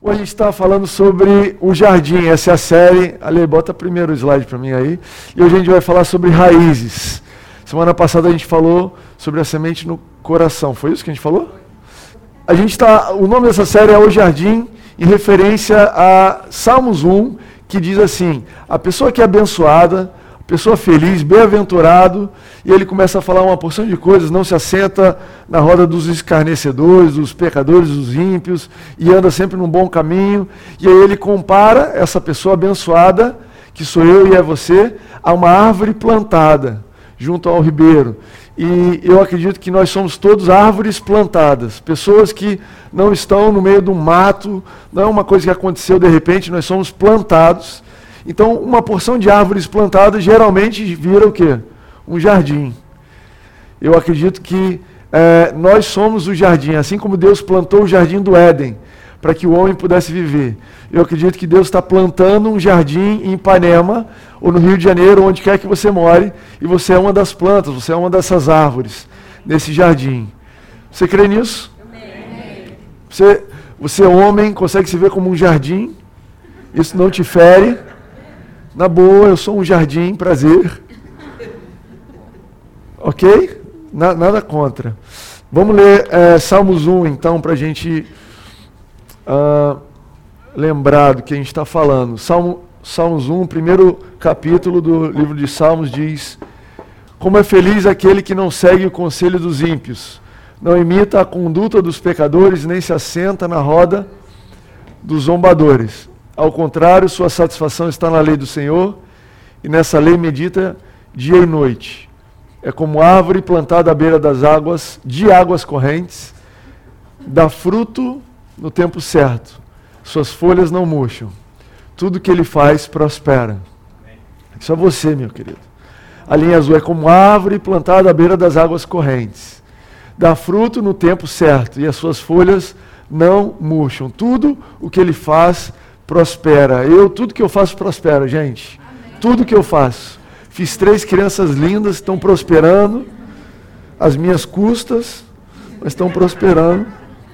Hoje a gente está falando sobre o jardim, essa é a série. Ale, bota primeiro o slide para mim aí. E hoje a gente vai falar sobre raízes. Semana passada a gente falou sobre a semente no coração. Foi isso que a gente falou? O nome dessa série é O Jardim, em referência a Salmos 1, que diz assim: a pessoa que é abençoada, a pessoa feliz, bem-aventurado, e ele começa a falar uma porção de coisas, não se assenta na roda dos escarnecedores, dos pecadores, dos ímpios, e anda sempre num bom caminho, e aí ele compara essa pessoa abençoada, que sou eu e é você, a uma árvore plantada junto ao ribeiro. E eu acredito que nós somos todos árvores plantadas, pessoas que não estão no meio do mato, não é uma coisa que aconteceu de repente, nós somos plantados. Então, uma porção de árvores plantadas geralmente vira o quê? Um jardim. Eu acredito que nós somos o jardim, assim como Deus plantou o jardim do Éden, para que o homem pudesse viver. Eu acredito que Deus está plantando um jardim em Ipanema, ou no Rio de Janeiro, onde quer que você more, e você é uma das plantas, você é uma dessas árvores, nesse jardim. Você crê nisso? Amém. Você homem, consegue se ver como um jardim? Isso não te fere? Na boa, eu sou um jardim, prazer. Ok? Nada contra. Vamos ler Salmos 1, então, para a gente lembrar do que a gente está falando. Salmos 1, primeiro capítulo do livro de Salmos, diz: como é feliz aquele que não segue o conselho dos ímpios, não imita a conduta dos pecadores, nem se assenta na roda dos zombadores. Ao contrário, sua satisfação está na lei do Senhor, e nessa lei medita dia e noite. É como árvore plantada à beira das águas, de águas correntes, dá fruto no tempo certo, suas folhas não murcham, tudo que ele faz prospera. Isso é você, meu querido. A linha azul é como árvore plantada à beira das águas correntes, dá fruto no tempo certo, e as suas folhas não murcham, tudo o que ele faz prospera. Tudo que eu faço prospera, gente. Amém. Tudo que eu faço. Fiz 3 crianças lindas, estão prosperando. Às minhas custas, mas estão prosperando.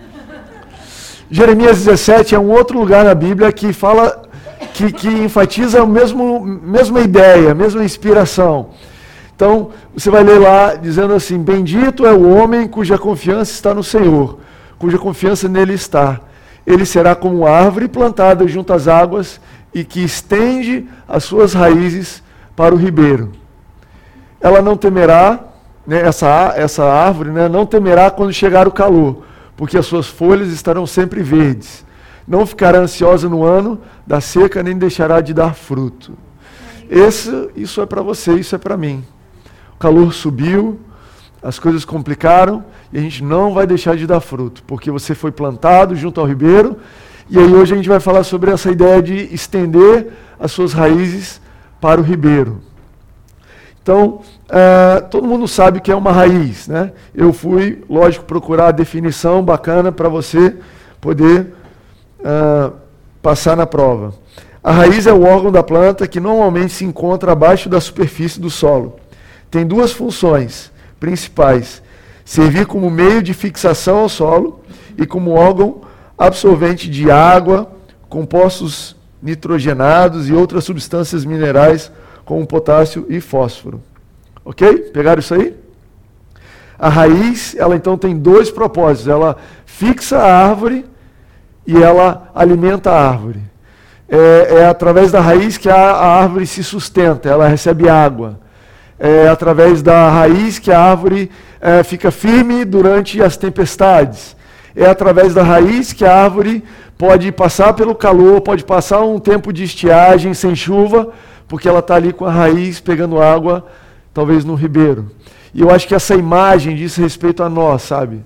Jeremias 17 é um outro lugar na Bíblia que fala, que enfatiza a mesma ideia, a mesma inspiração. Então, você vai ler lá dizendo assim: bendito é o homem cuja confiança está no Senhor, cuja confiança nele está. Ele será como árvore plantada junto às águas e que estende as suas raízes para o ribeiro. Ela não temerá, né, essa árvore, né, não temerá quando chegar o calor, porque as suas folhas estarão sempre verdes. Não ficará ansiosa no ano da seca, nem deixará de dar fruto. Isso é para você, isso é para mim. O calor subiu, as coisas complicaram, e a gente não vai deixar de dar fruto, porque você foi plantado junto ao ribeiro. E aí hoje a gente vai falar sobre essa ideia de estender as suas raízes para o ribeiro. Então, todo mundo sabe o que é uma raiz, né? Eu fui, lógico, procurar a definição bacana para você poder passar na prova. A raiz é o órgão da planta que normalmente se encontra abaixo da superfície do solo. Tem 2 funções principais: servir como meio de fixação ao solo e como órgão absorvente de água, compostos nitrogenados e outras substâncias minerais como potássio e fósforo. Ok? Pegaram isso aí? A raiz, ela então tem 2 propósitos. Ela fixa a árvore e ela alimenta a árvore. É através da raiz que a árvore se sustenta, ela recebe água. É através da raiz que a árvore fica firme durante as tempestades. É através da raiz que a árvore pode passar pelo calor, pode passar um tempo de estiagem sem chuva, porque ela está ali com a raiz pegando água, talvez no ribeiro. E eu acho que essa imagem diz respeito a nós, sabe?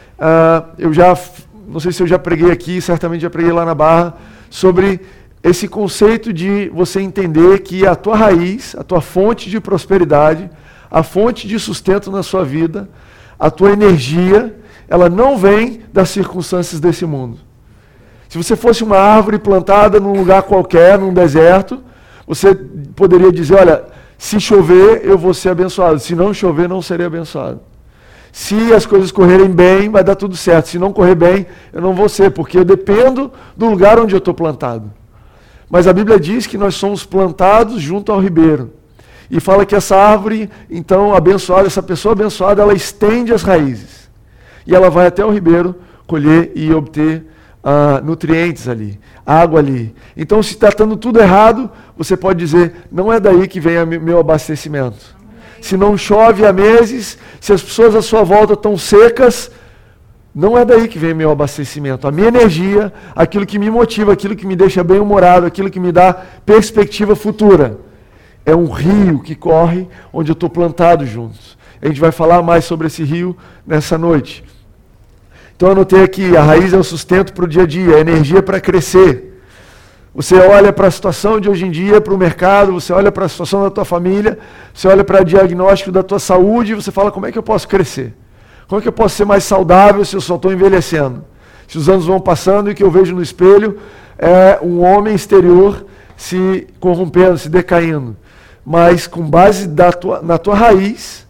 Não sei se eu já preguei aqui, certamente já preguei lá na Barra, sobre esse conceito de você entender que a tua raiz, a tua fonte de prosperidade, a fonte de sustento na sua vida, a tua energia, ela não vem das circunstâncias desse mundo. Se você fosse uma árvore plantada num lugar qualquer, num deserto, você poderia dizer: olha, se chover eu vou ser abençoado, se não chover não serei abençoado. Se as coisas correrem bem, vai dar tudo certo. Se não correr bem, eu não vou ser, porque eu dependo do lugar onde eu estou plantado. Mas a Bíblia diz que nós somos plantados junto ao ribeiro. E fala que essa árvore, então, abençoada, essa pessoa abençoada, ela estende as raízes. E ela vai até o ribeiro colher e obter nutrientes ali, água ali. Então, se está dando tudo errado, você pode dizer, não é daí que vem meu abastecimento. Se não chove há meses, se as pessoas à sua volta estão secas, não é daí que vem meu abastecimento. A minha energia, aquilo que me motiva, aquilo que me deixa bem-humorado, aquilo que me dá perspectiva futura, é um rio que corre onde eu estou plantado juntos. A gente vai falar mais sobre esse rio nessa noite. Então eu anotei aqui, a raiz é o sustento para o dia a dia, a energia para crescer. Você olha para a situação de hoje em dia, para o mercado, você olha para a situação da tua família, você olha para o diagnóstico da tua saúde e você fala, como é que eu posso crescer? Como é que eu posso ser mais saudável se eu só estou envelhecendo? Se os anos vão passando e o que eu vejo no espelho é um homem exterior se corrompendo, se decaindo. Mas com base na tua raiz,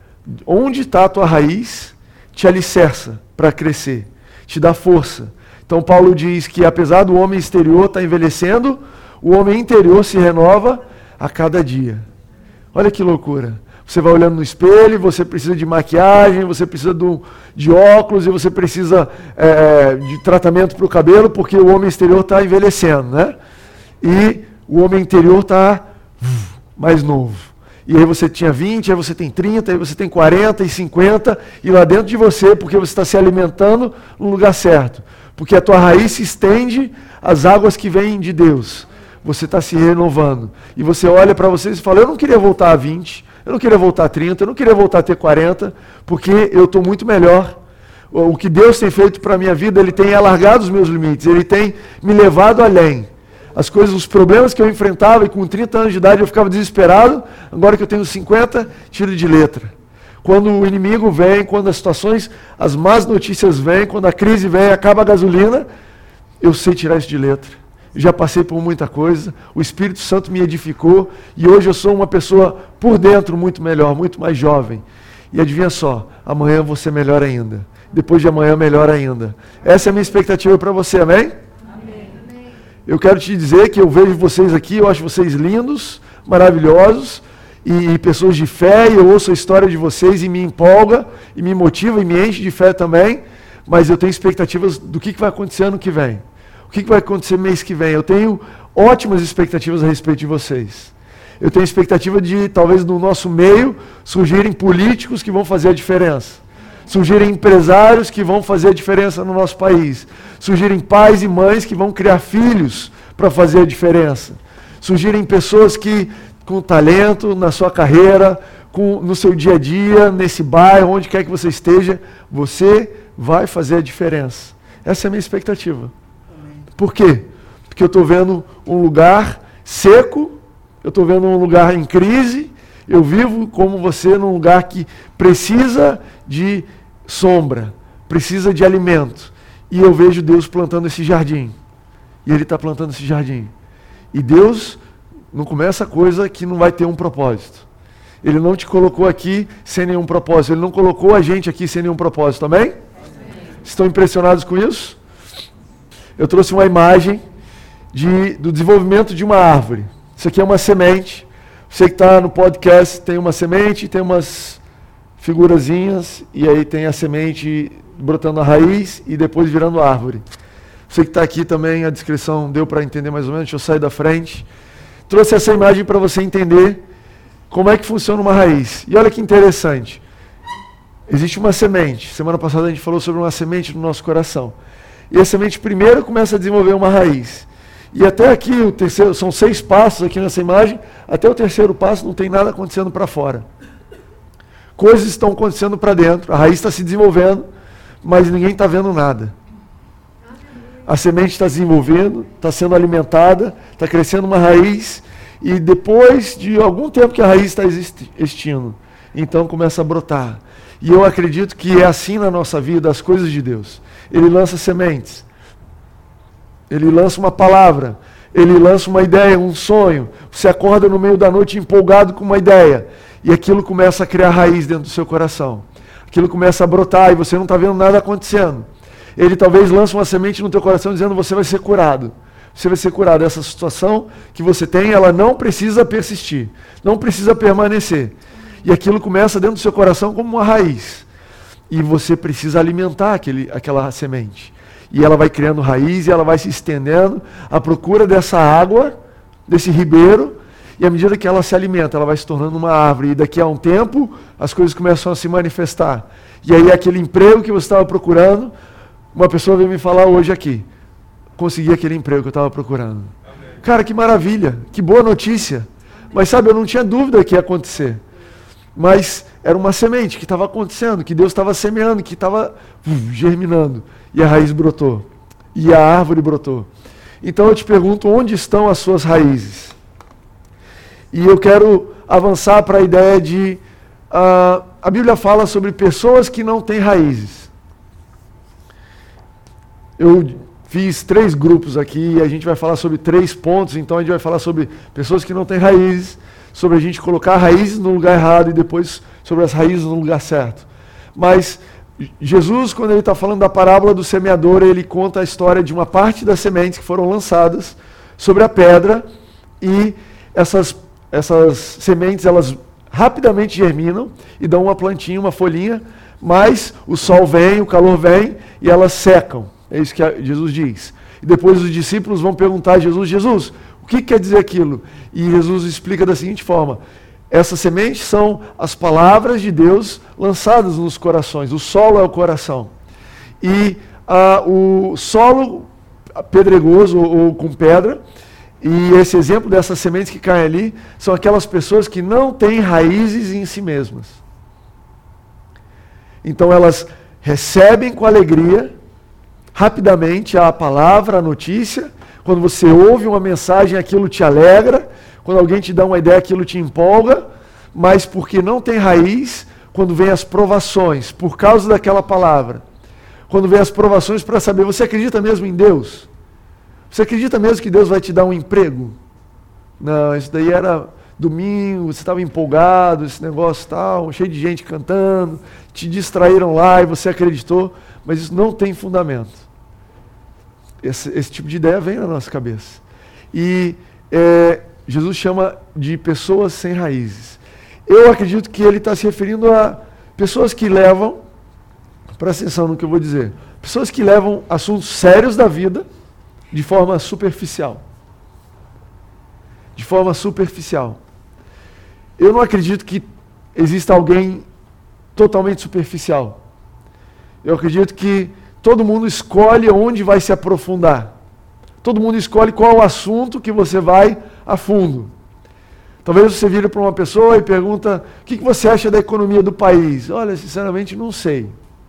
onde está a tua raiz, te alicerça para crescer, te dá força. Então Paulo diz que apesar do homem exterior estar envelhecendo, o homem interior se renova a cada dia. Olha que loucura. Você vai olhando no espelho, você precisa de maquiagem, você precisa de óculos e você precisa de tratamento para o cabelo, porque o homem exterior está envelhecendo, né? E o homem interior está mais novo. E aí você tinha 20, aí você tem 30, aí você tem 40 e 50, e lá dentro de você, porque você está se alimentando no lugar certo. Porque a tua raiz se estende às águas que vêm de Deus. Você está se renovando. E você olha para vocês e fala, eu não queria voltar a 20, eu não queria voltar a 30, eu não queria voltar a ter 40, porque eu estou muito melhor. O que Deus tem feito para a minha vida, Ele tem alargado os meus limites, Ele tem me levado além. As coisas, os problemas que eu enfrentava, e com 30 anos de idade eu ficava desesperado, agora que eu tenho 50, tiro de letra. Quando o inimigo vem, quando as situações, as más notícias vêm, quando a crise vem, acaba a gasolina, eu sei tirar isso de letra. Eu já passei por muita coisa, o Espírito Santo me edificou, e hoje eu sou uma pessoa por dentro muito melhor, muito mais jovem. E adivinha só, amanhã eu vou ser melhor ainda. Depois de amanhã, melhor ainda. Essa é a minha expectativa para você, amém? Eu quero te dizer que eu vejo vocês aqui, eu acho vocês lindos, maravilhosos, e pessoas de fé, e eu ouço a história de vocês e me empolga, e me motiva, e me enche de fé também, mas eu tenho expectativas do que vai acontecer ano que vem. O que vai acontecer mês que vem? Eu tenho ótimas expectativas a respeito de vocês. Eu tenho expectativa de, talvez no nosso meio, surgirem políticos que vão fazer a diferença. Surgirem empresários que vão fazer a diferença no nosso país. Surgirem pais e mães que vão criar filhos para fazer a diferença. Surgirem pessoas que, com talento na sua carreira, no seu dia a dia, nesse bairro, onde quer que você esteja, você vai fazer a diferença. Essa é a minha expectativa. Por quê? Porque eu estou vendo um lugar seco, eu estou vendo um lugar em crise, eu vivo como você num lugar que precisa de sombra, precisa de alimento. E eu vejo Deus plantando esse jardim. E Ele está plantando esse jardim. E Deus não começa coisa que não vai ter um propósito. Ele não te colocou aqui sem nenhum propósito. Ele não colocou a gente aqui sem nenhum propósito, amém? Estão impressionados com isso? Eu trouxe uma imagem do desenvolvimento de uma árvore. Isso aqui é uma semente. Você que está no podcast tem uma semente, tem umas figurazinhas, e aí tem a semente brotando a raiz e depois virando árvore. Você que está aqui também, a descrição deu para entender mais ou menos, deixa eu sair da frente. Trouxe essa imagem para você entender como é que funciona uma raiz. E olha que interessante. Existe uma semente. Semana passada a gente falou sobre uma semente no nosso coração. E a semente primeiro começa a desenvolver uma raiz. E até aqui, são 6 passos aqui nessa imagem, até o terceiro passo não tem nada acontecendo para fora. Coisas estão acontecendo para dentro, a raiz está se desenvolvendo, mas ninguém está vendo nada. A semente está se desenvolvendo, está sendo alimentada, está crescendo uma raiz, e depois de algum tempo que a raiz está existindo, então começa a brotar. E eu acredito que é assim na nossa vida, as coisas de Deus. Ele lança sementes. Ele lança uma palavra, ele lança uma ideia, um sonho. Você acorda no meio da noite empolgado com uma ideia. E aquilo começa a criar raiz dentro do seu coração. aquilo começa a brotar e você não está vendo nada acontecendo. Ele talvez lance uma semente no teu coração dizendo você vai ser curado. Você vai ser curado. Essa situação que você tem, ela não precisa persistir, não precisa permanecer. E aquilo começa dentro do seu coração como uma raiz. E você precisa alimentar aquela semente. E ela vai criando raiz e ela vai se estendendo à procura dessa água, desse ribeiro. E à medida que ela se alimenta, ela vai se tornando uma árvore. E daqui a um tempo, as coisas começam a se manifestar. E aí aquele emprego que você estava procurando, uma pessoa veio me falar hoje aqui. Consegui aquele emprego que eu estava procurando. Amém. Cara, que maravilha, que boa notícia. Mas sabe, eu não tinha dúvida que ia acontecer. Mas era uma semente que estava acontecendo, que Deus estava semeando, que estava germinando. E a raiz brotou. E a árvore brotou. Então eu te pergunto, onde estão as suas raízes? E eu quero avançar para a ideia de... a Bíblia fala sobre pessoas que não têm raízes. Eu fiz 3 grupos aqui e a gente vai falar sobre 3 pontos. Então a gente vai falar sobre pessoas que não têm raízes, sobre a gente colocar raízes no lugar errado e depois sobre as raízes no lugar certo. Mas Jesus, quando ele está falando da parábola do semeador, ele conta a história de uma parte das sementes que foram lançadas sobre a pedra e essas sementes, elas rapidamente germinam e dão uma plantinha, uma folhinha, mas o sol vem, o calor vem e elas secam. É isso que Jesus diz. E depois os discípulos vão perguntar a Jesus, Jesus, o que quer dizer aquilo? E Jesus explica da seguinte forma, essas sementes são as palavras de Deus lançadas nos corações, o solo é o coração. E o solo pedregoso ou com pedra, e esse exemplo dessas sementes que caem ali, são aquelas pessoas que não têm raízes em si mesmas. Então elas recebem com alegria, rapidamente, a palavra, a notícia. Quando você ouve uma mensagem, aquilo te alegra. Quando alguém te dá uma ideia, aquilo te empolga. Mas porque não tem raiz, quando vem as provações, por causa daquela palavra. Quando vem as provações para saber, você acredita mesmo em Deus? Você acredita mesmo que Deus vai te dar um emprego? Não, isso daí era domingo, você estava empolgado, esse negócio tal, cheio de gente cantando, te distraíram lá e você acreditou, mas isso não tem fundamento. Esse tipo de ideia vem na nossa cabeça. E Jesus chama de pessoas sem raízes. Eu acredito que ele está se referindo a pessoas que levam, presta atenção no que eu vou dizer, pessoas que levam assuntos sérios da vida de forma superficial. De forma superficial. Eu não acredito que exista alguém totalmente superficial. Eu acredito que todo mundo escolhe onde vai se aprofundar. Todo mundo escolhe qual o assunto que você vai a fundo. Talvez você vire para uma pessoa e pergunta, o que você acha da economia do país? Olha, sinceramente, não sei.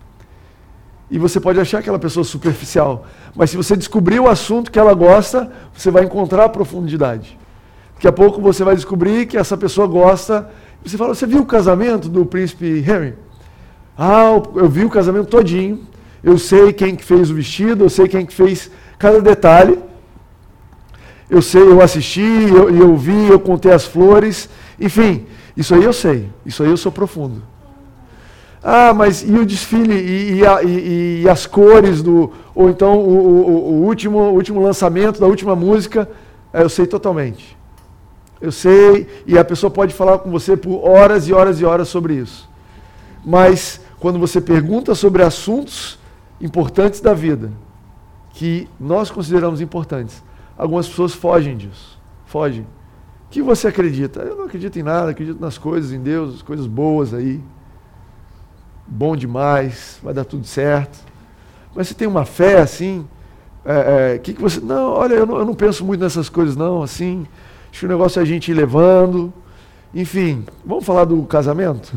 E você pode achar aquela pessoa superficial. Mas se você descobrir o assunto que ela gosta, você vai encontrar profundidade. Daqui a pouco você vai descobrir que essa pessoa gosta. Você fala, você viu o casamento do príncipe Harry? Ah, eu vi o casamento todinho. Eu sei quem que fez o vestido, eu sei quem que fez cada detalhe. Eu sei, eu assisti, eu vi, eu contei as flores. Enfim, isso aí eu sei. Isso aí eu sou profundo. Ah, mas e o desfile e as cores ou então o último lançamento da última música? Eu sei totalmente. Eu sei, e a pessoa pode falar com você por horas e horas e horas sobre isso. Mas quando você pergunta sobre assuntos importantes da vida, que nós consideramos importantes, algumas pessoas fogem disso. Fogem. O que você acredita? Eu não acredito em nada, acredito nas coisas, em Deus, coisas boas aí. Bom demais, vai dar tudo certo. Mas você tem uma fé assim? Que você... Não, olha, eu não penso muito nessas coisas não, assim. Acho que o negócio é a gente ir levando. Enfim, vamos falar do casamento?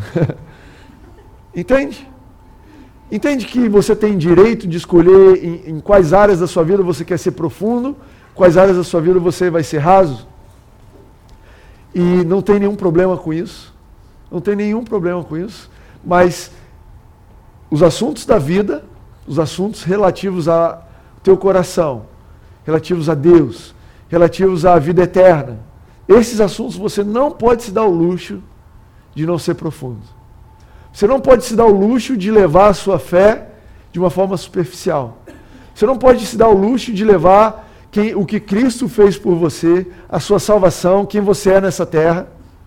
Entende? Entende que você tem direito de escolher em quais áreas da sua vida você quer ser profundo, quais áreas da sua vida você vai ser raso? E não tem nenhum problema com isso. Não tem nenhum problema com isso. Mas os assuntos da vida, os assuntos relativos ao teu coração, relativos a Deus, relativos à vida eterna, esses assuntos você não pode se dar o luxo de não ser profundo. Você não pode se dar o luxo de levar a sua fé de uma forma superficial. Você não pode se dar o luxo de levar o que Cristo fez por você, a sua salvação, quem você é nessa terra.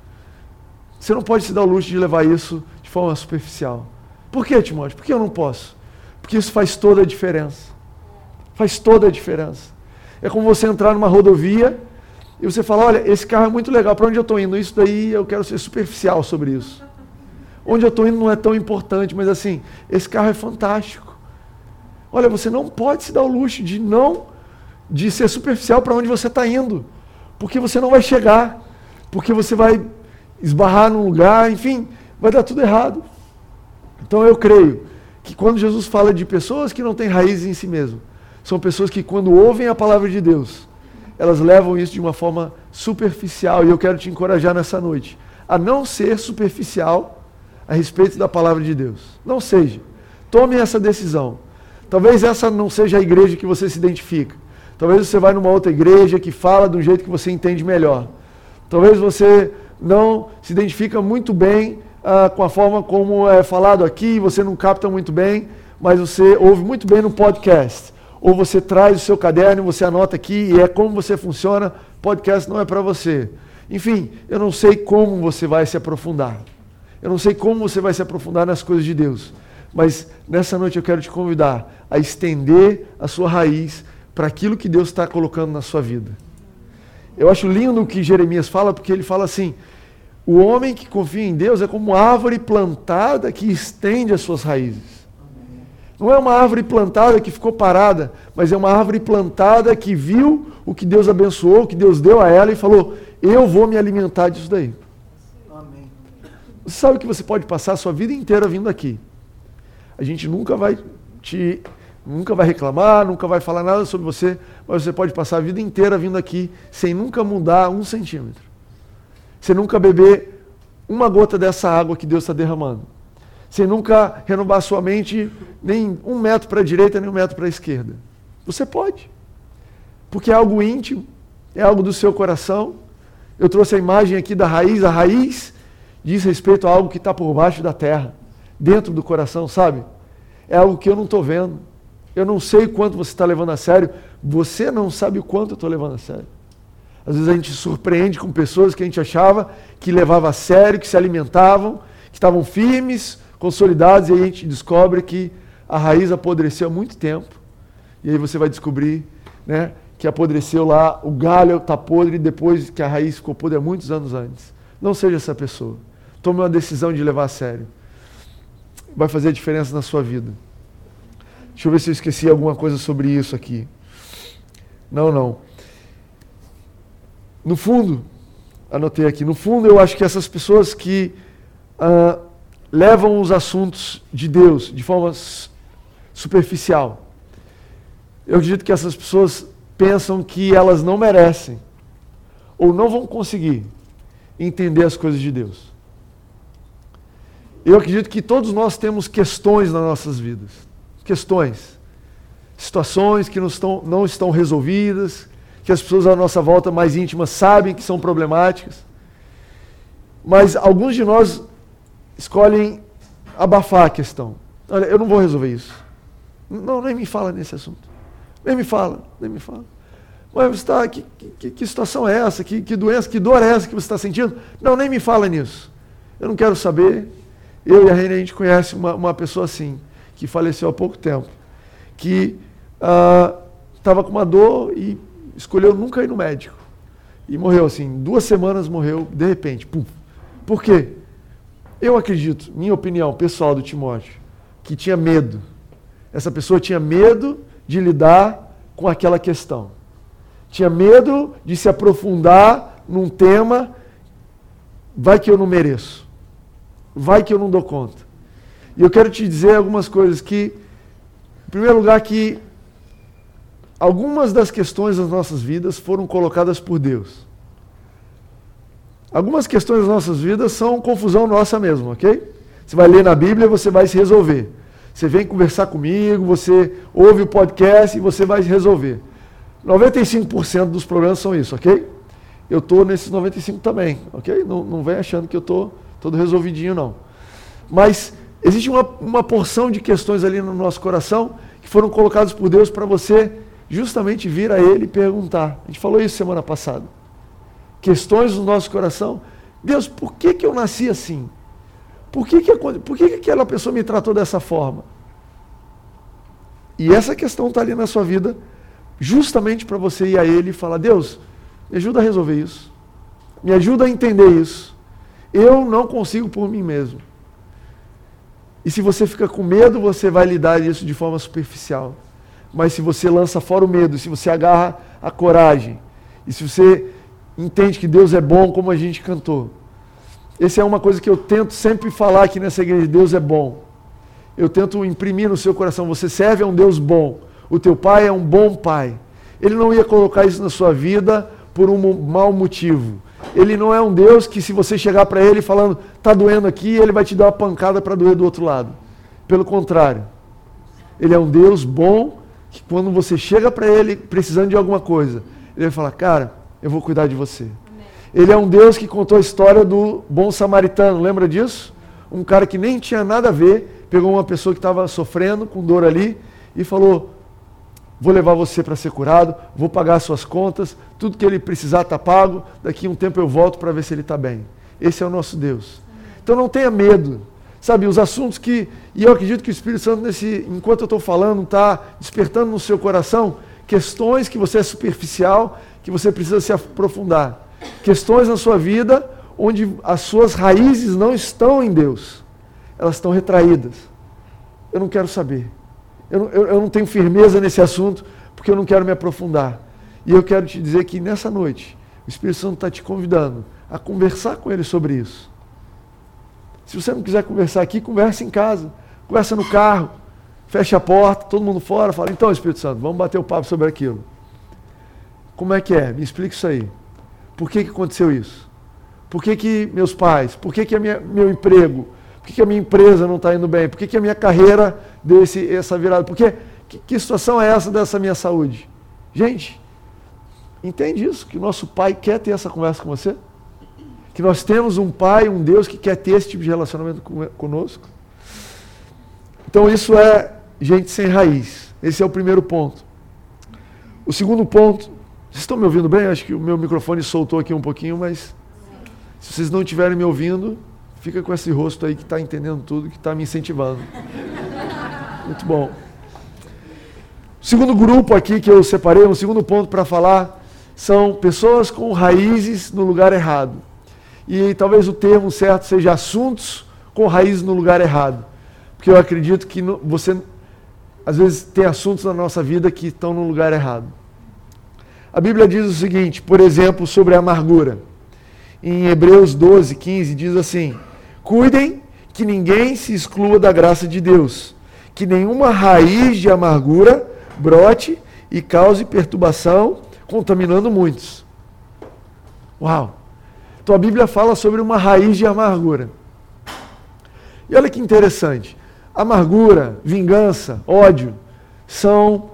Você não pode se dar o luxo de levar isso de forma superficial. Por que, Timóteo? Por que eu não posso? Porque isso faz toda a diferença. Faz toda a diferença. É como você entrar numa rodovia e você fala, olha, esse carro é muito legal, para onde eu estou indo? Isso daí eu quero ser superficial sobre isso. Onde eu estou indo não é tão importante, mas assim, esse carro é fantástico. Olha, você não pode se dar o luxo de ser superficial para onde você está indo, porque você não vai chegar, porque você vai esbarrar num lugar, enfim, vai dar tudo errado. Então eu creio que quando Jesus fala de pessoas que não têm raízes em si mesmo, são pessoas que quando ouvem a palavra de Deus, elas levam isso de uma forma superficial, e eu quero te encorajar nessa noite a não ser superficial a respeito da palavra de Deus. Não seja. Tome essa decisão. Talvez essa não seja a igreja que você se identifica. Talvez você vá numa outra igreja que fala de um jeito que você entende melhor. Talvez você não se identifica muito bem com a forma como é falado aqui, você não capta muito bem, mas você ouve muito bem no podcast. Ou você traz o seu caderno, você anota aqui, e é como você funciona, podcast não é para você. Enfim, eu não sei como você vai se aprofundar. Eu não sei como você vai se aprofundar nas coisas de Deus. Mas nessa noite eu quero te convidar a estender a sua raiz para aquilo que Deus está colocando na sua vida. Eu acho lindo o que Jeremias fala, porque ele fala assim, o homem que confia em Deus é como uma árvore plantada que estende as suas raízes. Não é uma árvore plantada que ficou parada, mas é uma árvore plantada que viu o que Deus abençoou, o que Deus deu a ela e falou, eu vou me alimentar disso daí. Amém. Você sabe que você pode passar a sua vida inteira vindo aqui. A gente nunca vai reclamar, nunca vai falar nada sobre você, mas você pode passar a vida inteira vindo aqui sem nunca mudar 1 centímetro. Sem nunca beber uma gota dessa água que Deus está derramando. Sem nunca renovar sua mente nem 1 metro para a direita, nem 1 metro para a esquerda. Você pode. Porque é algo íntimo, é algo do seu coração. Eu trouxe a imagem aqui da raiz. A raiz diz respeito a algo que está por baixo da terra, dentro do coração, sabe? É algo que eu não estou vendo. Eu não sei o quanto você está levando a sério. Você não sabe o quanto eu estou levando a sério. Às vezes a gente se surpreende com pessoas que a gente achava que levavam a sério, que se alimentavam, que estavam firmes, consolidados, e aí a gente descobre que a raiz apodreceu há muito tempo. E aí você vai descobrir, né, que apodreceu lá, o galho está podre depois que a raiz ficou podre há muitos anos antes. Não seja essa pessoa. Tome uma decisão de levar a sério. Vai fazer a diferença na sua vida. Deixa eu ver se eu esqueci alguma coisa sobre isso aqui. Não. No fundo, anotei aqui, no fundo eu acho que essas pessoas que levam os assuntos de Deus de forma superficial, eu acredito que essas pessoas pensam que elas não merecem ou não vão conseguir entender as coisas de Deus. Eu acredito que todos nós temos questões nas nossas vidas. Questões. Situações que não estão resolvidas, que as pessoas à nossa volta mais íntimas sabem que são problemáticas. Mas alguns de nós escolhem abafar a questão. Olha, eu não vou resolver isso. Não, nem me fala nesse assunto. Nem me fala. Mas você tá, que situação é essa? Que doença, que dor é essa que você está sentindo? Não, nem me fala nisso. Eu não quero saber. Eu e a Reina, a gente conhece uma pessoa assim, que faleceu há pouco tempo, que estava com uma dor e escolheu nunca ir no médico. E morreu assim, 2 semanas morreu, de repente. Pum. Por quê? Eu acredito, minha opinião pessoal do Timóteo, que tinha medo. Essa pessoa tinha medo de lidar com aquela questão. Tinha medo de se aprofundar num tema, vai que eu não mereço. Vai que eu não dou conta. E eu quero te dizer algumas coisas que, em primeiro lugar, que algumas das questões das nossas vidas foram colocadas por Deus. Algumas questões das nossas vidas são confusão nossa mesmo, ok? Você vai ler na Bíblia e você vai se resolver. Você vem conversar comigo, você ouve o podcast e você vai se resolver. 95% dos problemas são isso, ok? Eu estou nesses 95% também, ok? Não vem achando que eu estou todo resolvidinho, não. Mas existe uma porção de questões ali no nosso coração que foram colocadas por Deus para você justamente vir a Ele e perguntar. A gente falou isso semana passada. Questões no nosso coração. Deus, por que eu nasci assim? Por que aquela pessoa me tratou dessa forma? E essa questão está ali na sua vida, justamente para você ir a Ele e falar, Deus, me ajuda a resolver isso. Me ajuda a entender isso. Eu não consigo por mim mesmo. E se você fica com medo, você vai lidar isso de forma superficial. Mas se você lança fora o medo, se você agarra a coragem, e se você entende que Deus é bom, como a gente cantou. Essa é uma coisa que eu tento sempre falar aqui nessa igreja, Deus é bom. Eu tento imprimir no seu coração, você serve a um Deus bom. O teu pai é um bom pai. Ele não ia colocar isso na sua vida por um mau motivo. Ele não é um Deus que se você chegar para Ele falando, está doendo aqui, Ele vai te dar uma pancada para doer do outro lado. Pelo contrário. Ele é um Deus bom, que quando você chega para Ele precisando de alguma coisa, Ele vai falar, cara, eu vou cuidar de você. Amém. Ele é um Deus que contou a história do bom samaritano, lembra disso? Um cara que nem tinha nada a ver, pegou uma pessoa que estava sofrendo, com dor ali, e falou, vou levar você para ser curado, vou pagar as suas contas, tudo que ele precisar está pago, daqui a um tempo eu volto para ver se ele está bem. Esse é o nosso Deus. Então não tenha medo. Sabe, os assuntos que, e eu acredito que o Espírito Santo, enquanto eu estou falando, está despertando no seu coração questões que você é superficial, que você precisa se aprofundar. Questões na sua vida onde as suas raízes não estão em Deus. Elas estão retraídas. Eu não quero saber. Eu não tenho firmeza nesse assunto, porque eu não quero me aprofundar. E eu quero te dizer que nessa noite, o Espírito Santo está te convidando a conversar com Ele sobre isso. Se você não quiser conversar aqui, conversa em casa. Conversa no carro, fecha a porta, todo mundo fora, fala, então Espírito Santo, vamos bater o papo sobre aquilo. Como é que é? Me explica isso aí. Por que aconteceu isso? Por que meus pais? Por que meu emprego? Por que a minha empresa não está indo bem? Por que a minha carreira deu essa virada? Que situação é essa dessa minha saúde? Gente, entende isso? Que o nosso Pai quer ter essa conversa com você? Que nós temos um Pai, um Deus que quer ter esse tipo de relacionamento conosco? Então isso é gente sem raiz. Esse é o primeiro ponto. O segundo ponto, vocês estão me ouvindo bem? Acho que o meu microfone soltou aqui um pouquinho, mas se vocês não estiverem me ouvindo, fica com esse rosto aí que está entendendo tudo, que está me incentivando. Muito bom. O segundo grupo aqui que eu separei, um segundo ponto para falar, são pessoas com raízes no lugar errado. E talvez o termo certo seja assuntos com raízes no lugar errado. Porque eu acredito que você, às vezes, tem assuntos na nossa vida que estão no lugar errado. A Bíblia diz o seguinte, por exemplo, sobre a amargura. Em Hebreus 12, 15, diz assim, cuidem que ninguém se exclua da graça de Deus, que nenhuma raiz de amargura brote e cause perturbação, contaminando muitos. Uau! Então a Bíblia fala sobre uma raiz de amargura. E olha que interessante. Amargura, vingança, ódio, são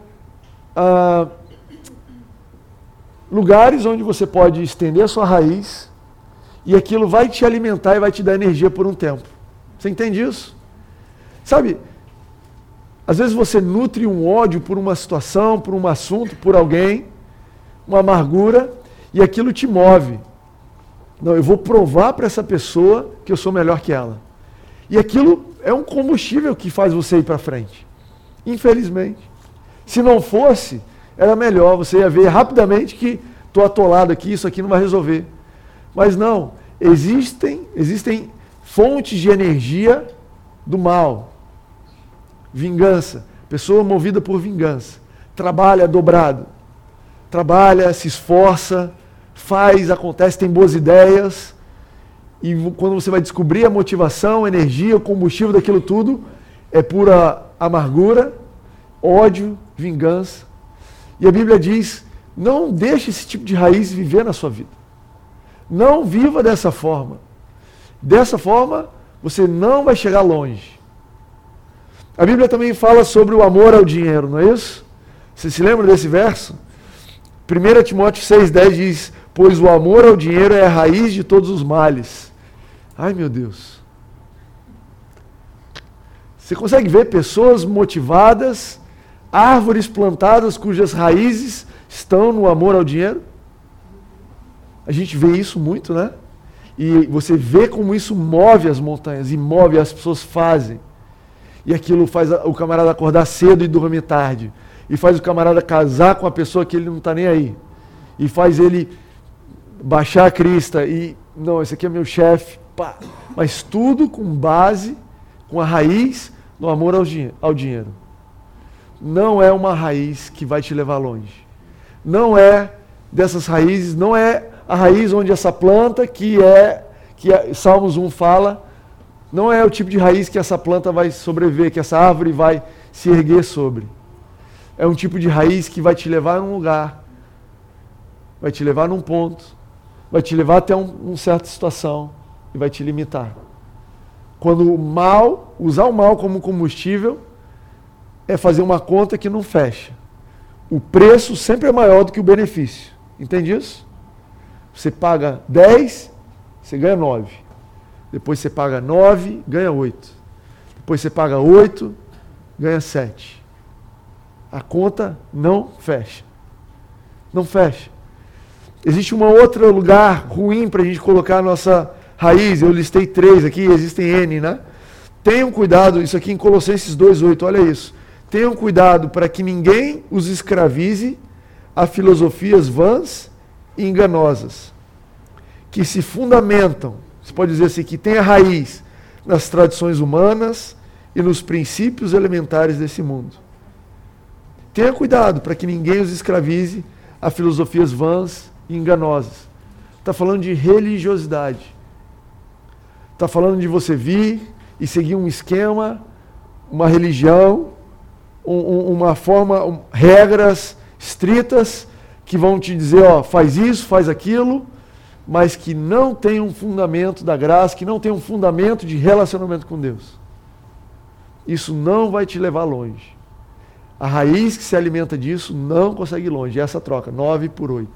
lugares onde você pode estender a sua raiz e aquilo vai te alimentar e vai te dar energia por um tempo. Você entende isso? Sabe, às vezes você nutre um ódio por uma situação, por um assunto, por alguém, uma amargura, e aquilo te move. Não, eu vou provar para essa pessoa que eu sou melhor que ela. E aquilo é um combustível que faz você ir para frente. Infelizmente. Se não fosse, era melhor. Você ia ver rapidamente que estou atolado aqui, isso aqui não vai resolver. Mas não. Existem fontes de energia do mal. Vingança. Pessoa movida por vingança. Trabalha dobrado. Trabalha, se esforça, faz, acontece, tem boas ideias. E quando você vai descobrir a motivação, a energia, o combustível daquilo tudo, é pura amargura, ódio, vingança. E a Bíblia diz, não deixe esse tipo de raiz viver na sua vida. Não viva dessa forma. Dessa forma, você não vai chegar longe. A Bíblia também fala sobre o amor ao dinheiro, não é isso? Você se lembra desse verso? 1 Timóteo 6,10 diz, pois o amor ao dinheiro é a raiz de todos os males. Ai, meu Deus. Você consegue ver pessoas motivadas, árvores plantadas cujas raízes estão no amor ao dinheiro? A gente vê isso muito, né? E você vê como isso move as montanhas, e move, as pessoas fazem. E aquilo faz o camarada acordar cedo e dormir tarde. E faz o camarada casar com a pessoa que ele não está nem aí. E faz ele baixar a crista e, não, esse aqui é meu chefe. Pá. Mas tudo com base, com a raiz no amor ao dinheiro. Não é uma raiz que vai te levar longe. Não é dessas raízes, não é a raiz onde essa planta que Salmos 1 fala, não é o tipo de raiz que essa planta vai sobreviver, que essa árvore vai se erguer sobre. É um tipo de raiz que vai te levar a um lugar, vai te levar num ponto, vai te levar até uma certa situação e vai te limitar. Quando o mal, usar o mal como combustível, é fazer uma conta que não fecha. O preço sempre é maior do que o benefício. Entende isso? Você paga 10, você ganha 9. Depois você paga 9, ganha 8. Depois você paga 8, ganha 7. A conta não fecha. Não fecha. Existe um outro lugar ruim para a gente colocar a nossa raiz. Eu listei 3 aqui, existem N, né? Tenham cuidado, isso aqui em Colossenses 2,8, olha isso. Tenham cuidado para que ninguém os escravize a filosofias vãs e enganosas, que se fundamentam, você pode dizer assim, que tem a raiz nas tradições humanas e nos princípios elementares desse mundo. Tenha cuidado para que ninguém os escravize a filosofias vãs e enganosas. Está falando de religiosidade. Está falando de você vir e seguir um esquema, uma religião, uma forma, regras estritas que vão te dizer, ó, faz isso, faz aquilo, mas que não tem um fundamento da graça, que não tem um fundamento de relacionamento com Deus. Isso não vai te levar longe. A raiz que se alimenta disso não consegue ir longe. Essa troca, 9 por 8.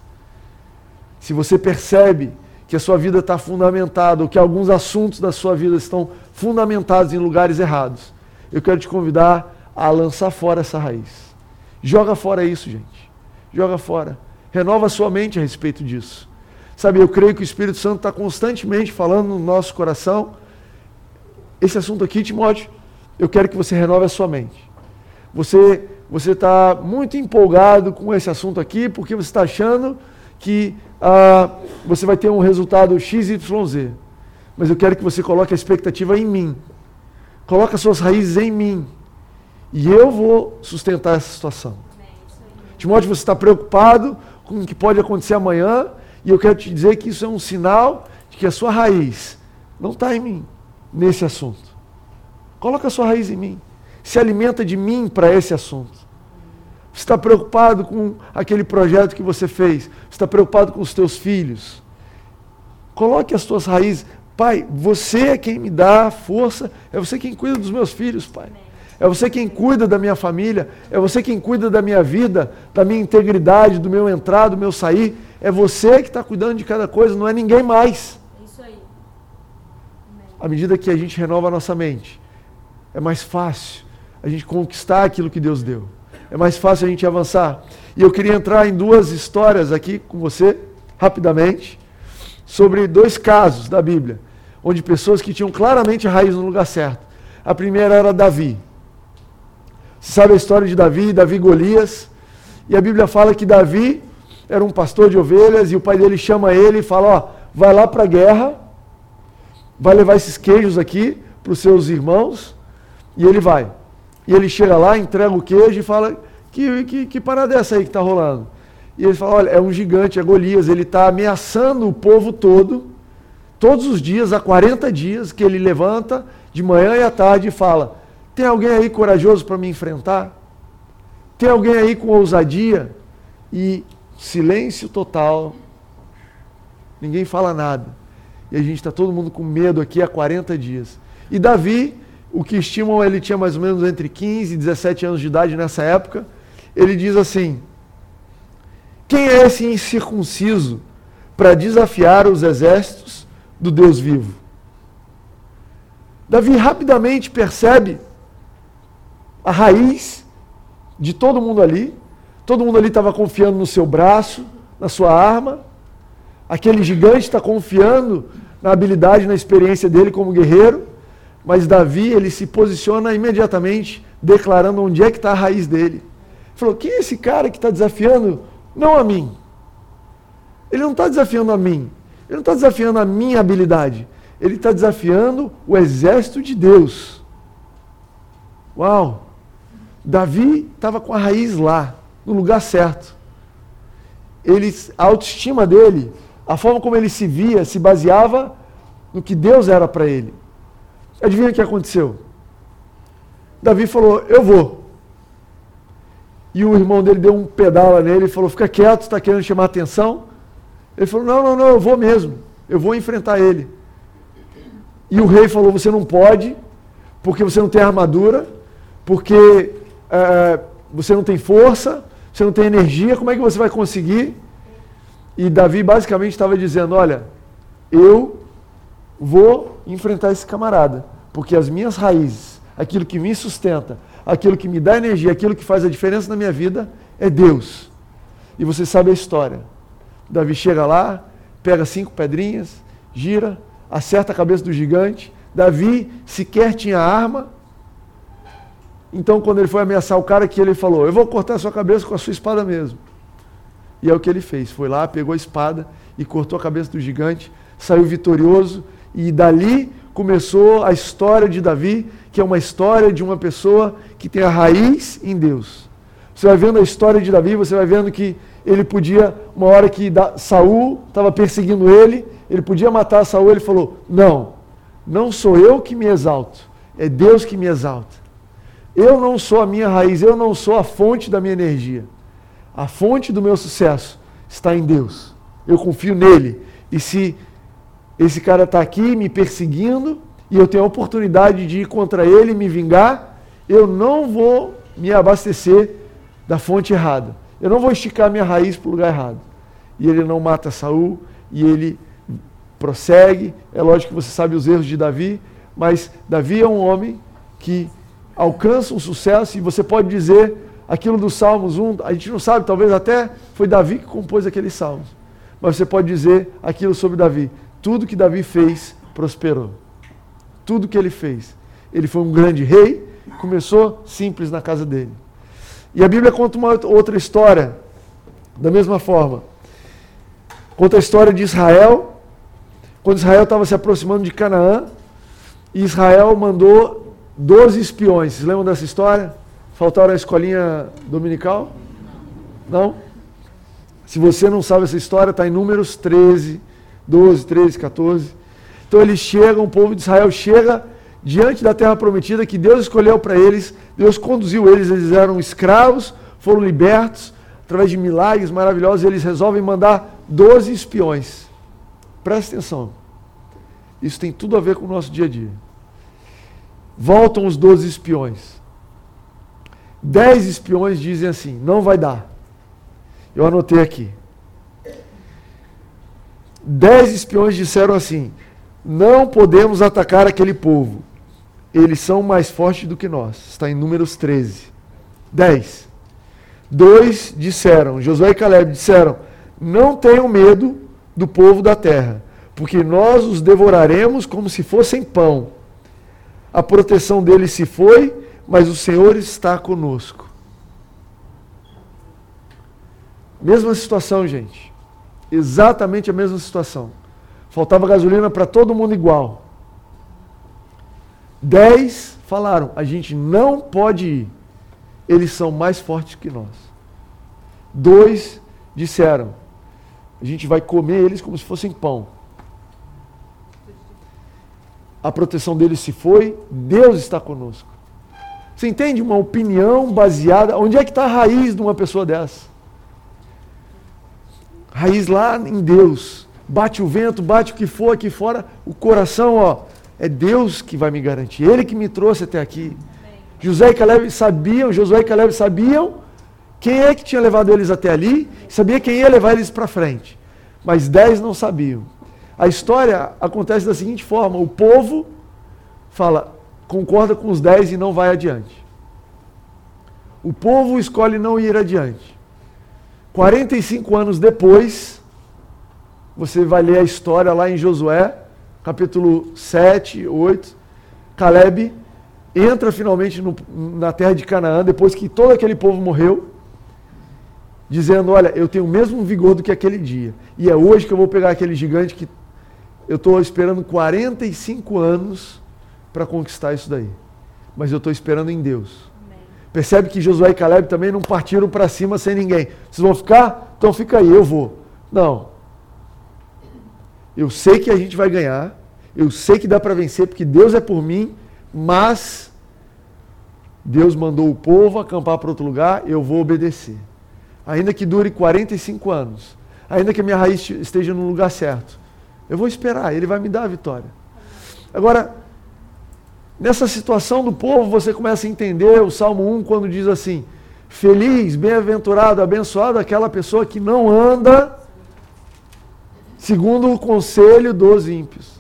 Se você percebe que a sua vida está fundamentada, ou que alguns assuntos da sua vida estão fundamentados em lugares errados, eu quero te convidar a lançar fora essa raiz. Joga fora isso, gente. Joga fora. Renova a sua mente a respeito disso. Sabe, eu creio que o Espírito Santo está constantemente falando no nosso coração. Esse assunto aqui, Timóteo, eu quero que você renove a sua mente. Você está muito empolgado com esse assunto aqui, porque você está achando que você vai ter um resultado XYZ. Mas eu quero que você coloque a expectativa em mim. Coloque as suas raízes em mim. E eu vou sustentar essa situação. Timóteo, você está preocupado com o que pode acontecer amanhã, e eu quero te dizer que isso é um sinal de que a sua raiz não está em mim, nesse assunto. Coloca a sua raiz em mim. Se alimenta de mim para esse assunto. Você está preocupado com aquele projeto que você fez. Você está preocupado com os teus filhos. Coloque as suas raízes. Pai, você é quem me dá força. É você quem cuida dos meus filhos, Pai. É você quem cuida da minha família. É você quem cuida da minha vida, da minha integridade, do meu entrar, do meu sair. É você que está cuidando de cada coisa, não é ninguém mais. É isso aí. À medida que a gente renova a nossa mente, é mais fácil a gente conquistar aquilo que Deus deu. É mais fácil a gente avançar. E eu queria entrar em 2 histórias aqui com você, rapidamente, sobre 2 casos da Bíblia, onde pessoas que tinham claramente a raiz no lugar certo. A primeira era Davi. Você sabe a história de Davi e Golias? E a Bíblia fala que Davi era um pastor de ovelhas e o pai dele chama ele e fala, ó, vai lá para a guerra, vai levar esses queijos aqui para os seus irmãos, e ele vai. E ele chega lá, entrega o queijo e fala, que parada é essa aí que está rolando? E ele fala, olha, é um gigante, é Golias, ele está ameaçando o povo todo, todos os dias, há 40 dias, que ele levanta de manhã e à tarde e fala, tem alguém aí corajoso para me enfrentar? Tem alguém aí com ousadia? E silêncio total, ninguém fala nada. E a gente está todo mundo com medo aqui há 40 dias. E Davi, o que estimam, ele tinha mais ou menos entre 15 e 17 anos de idade nessa época, ele diz assim, quem é esse incircunciso para desafiar os exércitos do Deus vivo? Davi rapidamente percebe a raiz de todo mundo ali. Todo mundo ali estava confiando no seu braço, na sua arma. Aquele gigante está confiando na habilidade, na experiência dele como guerreiro. Mas Davi, ele se posiciona imediatamente, declarando onde é que está a raiz dele. Ele falou, quem é esse cara que está desafiando? Não a mim. Ele não está desafiando a mim. Ele não está desafiando a minha habilidade. Ele está desafiando o exército de Deus. Uau! Davi estava com a raiz lá, no lugar certo. A autoestima dele, a forma como ele se via, se baseava no que Deus era para ele. Adivinha o que aconteceu? Davi falou, eu vou. E o irmão dele deu um pedala nele e falou, fica quieto, está querendo chamar atenção? Ele falou, não, eu vou mesmo. Eu vou enfrentar ele. E o rei falou, você não pode, porque você não tem armadura, porque você não tem força, você não tem energia, como é que você vai conseguir? E Davi basicamente estava dizendo, olha, eu vou enfrentar esse camarada, porque as minhas raízes, aquilo que me sustenta, aquilo que me dá energia, aquilo que faz a diferença na minha vida, é Deus. E você sabe a história. Davi chega lá, pega 5 pedrinhas, gira, acerta a cabeça do gigante. Davi sequer tinha arma. Então, quando ele foi ameaçar o cara, que ele falou, eu vou cortar a sua cabeça com a sua espada mesmo. E é o que ele fez. Foi lá, pegou a espada e cortou a cabeça do gigante, saiu vitorioso. E dali começou a história de Davi, que é uma história de uma pessoa que tem a raiz em Deus. Você vai vendo a história de Davi, você vai vendo que ele podia, uma hora que Saul estava perseguindo ele podia matar Saul, ele falou, não sou eu que me exalto, é Deus que me exalta. Eu não sou a minha raiz, eu não sou a fonte da minha energia. A fonte do meu sucesso está em Deus. Eu confio nele. E se esse cara está aqui me perseguindo e eu tenho a oportunidade de ir contra ele e me vingar, eu não vou me abastecer da fonte errada. Eu não vou esticar minha raiz para o lugar errado. E ele não mata Saul, e ele prossegue. É lógico que você sabe os erros de Davi, mas Davi é um homem que alcança um sucesso, e você pode dizer aquilo dos Salmos 1, a gente não sabe, talvez até foi Davi que compôs aqueles salmos, mas você pode dizer aquilo sobre Davi. Tudo que Davi fez, prosperou. Tudo que ele fez. Ele foi um grande rei, começou simples na casa dele. E a Bíblia conta uma outra história, da mesma forma. Conta a história de Israel, quando Israel estava se aproximando de Canaã, e Israel mandou 12 espiões. Vocês lembram dessa história? Faltaram a escolinha dominical? Não? Se você não sabe essa história, está em Números 13, 12, 13, 14. Então eles chegam, o povo de Israel chega diante da terra prometida que Deus escolheu para eles, Deus conduziu eles, eles eram escravos, foram libertos, através de milagres maravilhosos, e eles resolvem mandar 12 espiões. Presta atenção. Isso tem tudo a ver com o nosso dia a dia. Voltam os 12 espiões. 10 espiões dizem assim, não vai dar. Eu anotei aqui. 10 espiões disseram assim, não podemos atacar aquele povo. Eles são mais fortes do que nós. Está em Números 13. 10. 2 disseram, Josué e Caleb disseram, não tenham medo do povo da terra, porque nós os devoraremos como se fossem pão. A proteção deles se foi, mas o Senhor está conosco. Mesma situação, gente. Exatamente a mesma situação. Faltava gasolina para todo mundo igual. 10 falaram, a gente não pode ir. Eles são mais fortes que nós. 2 disseram, a gente vai comer eles como se fossem pão. A proteção deles se foi, Deus está conosco. Você entende? Uma opinião baseada... Onde é que está a raiz de uma pessoa dessa? Raiz lá em Deus. Bate o vento, bate o que for aqui fora, o coração, é Deus que vai me garantir. Ele que me trouxe até aqui. Josué e Caleb sabiam quem é que tinha levado eles até ali, sabia quem ia levar eles para frente. Mas 10 não sabiam. A história acontece da seguinte forma, o povo fala, concorda com os 10 e não vai adiante. O povo escolhe não ir adiante. 45 anos depois, você vai ler a história lá em Josué, capítulo 7, 8, Caleb entra finalmente na terra de Canaã, depois que todo aquele povo morreu, dizendo, olha, eu tenho o mesmo vigor do que aquele dia, e é hoje que eu vou pegar aquele gigante que eu estou esperando 45 anos para conquistar isso daí. Mas eu estou esperando em Deus. Amém. Percebe que Josué e Caleb também não partiram para cima sem ninguém. Vocês vão ficar? Então fica aí, eu vou. Não. Eu sei que a gente vai ganhar, eu sei que dá para vencer, porque Deus é por mim, mas Deus mandou o povo acampar para outro lugar, eu vou obedecer. Ainda que dure 45 anos, ainda que a minha raiz esteja no lugar certo, eu vou esperar, Ele vai me dar a vitória. Agora, nessa situação do povo, você começa a entender o Salmo 1 quando diz assim, feliz, bem-aventurado, abençoado aquela pessoa que não anda segundo o conselho dos ímpios.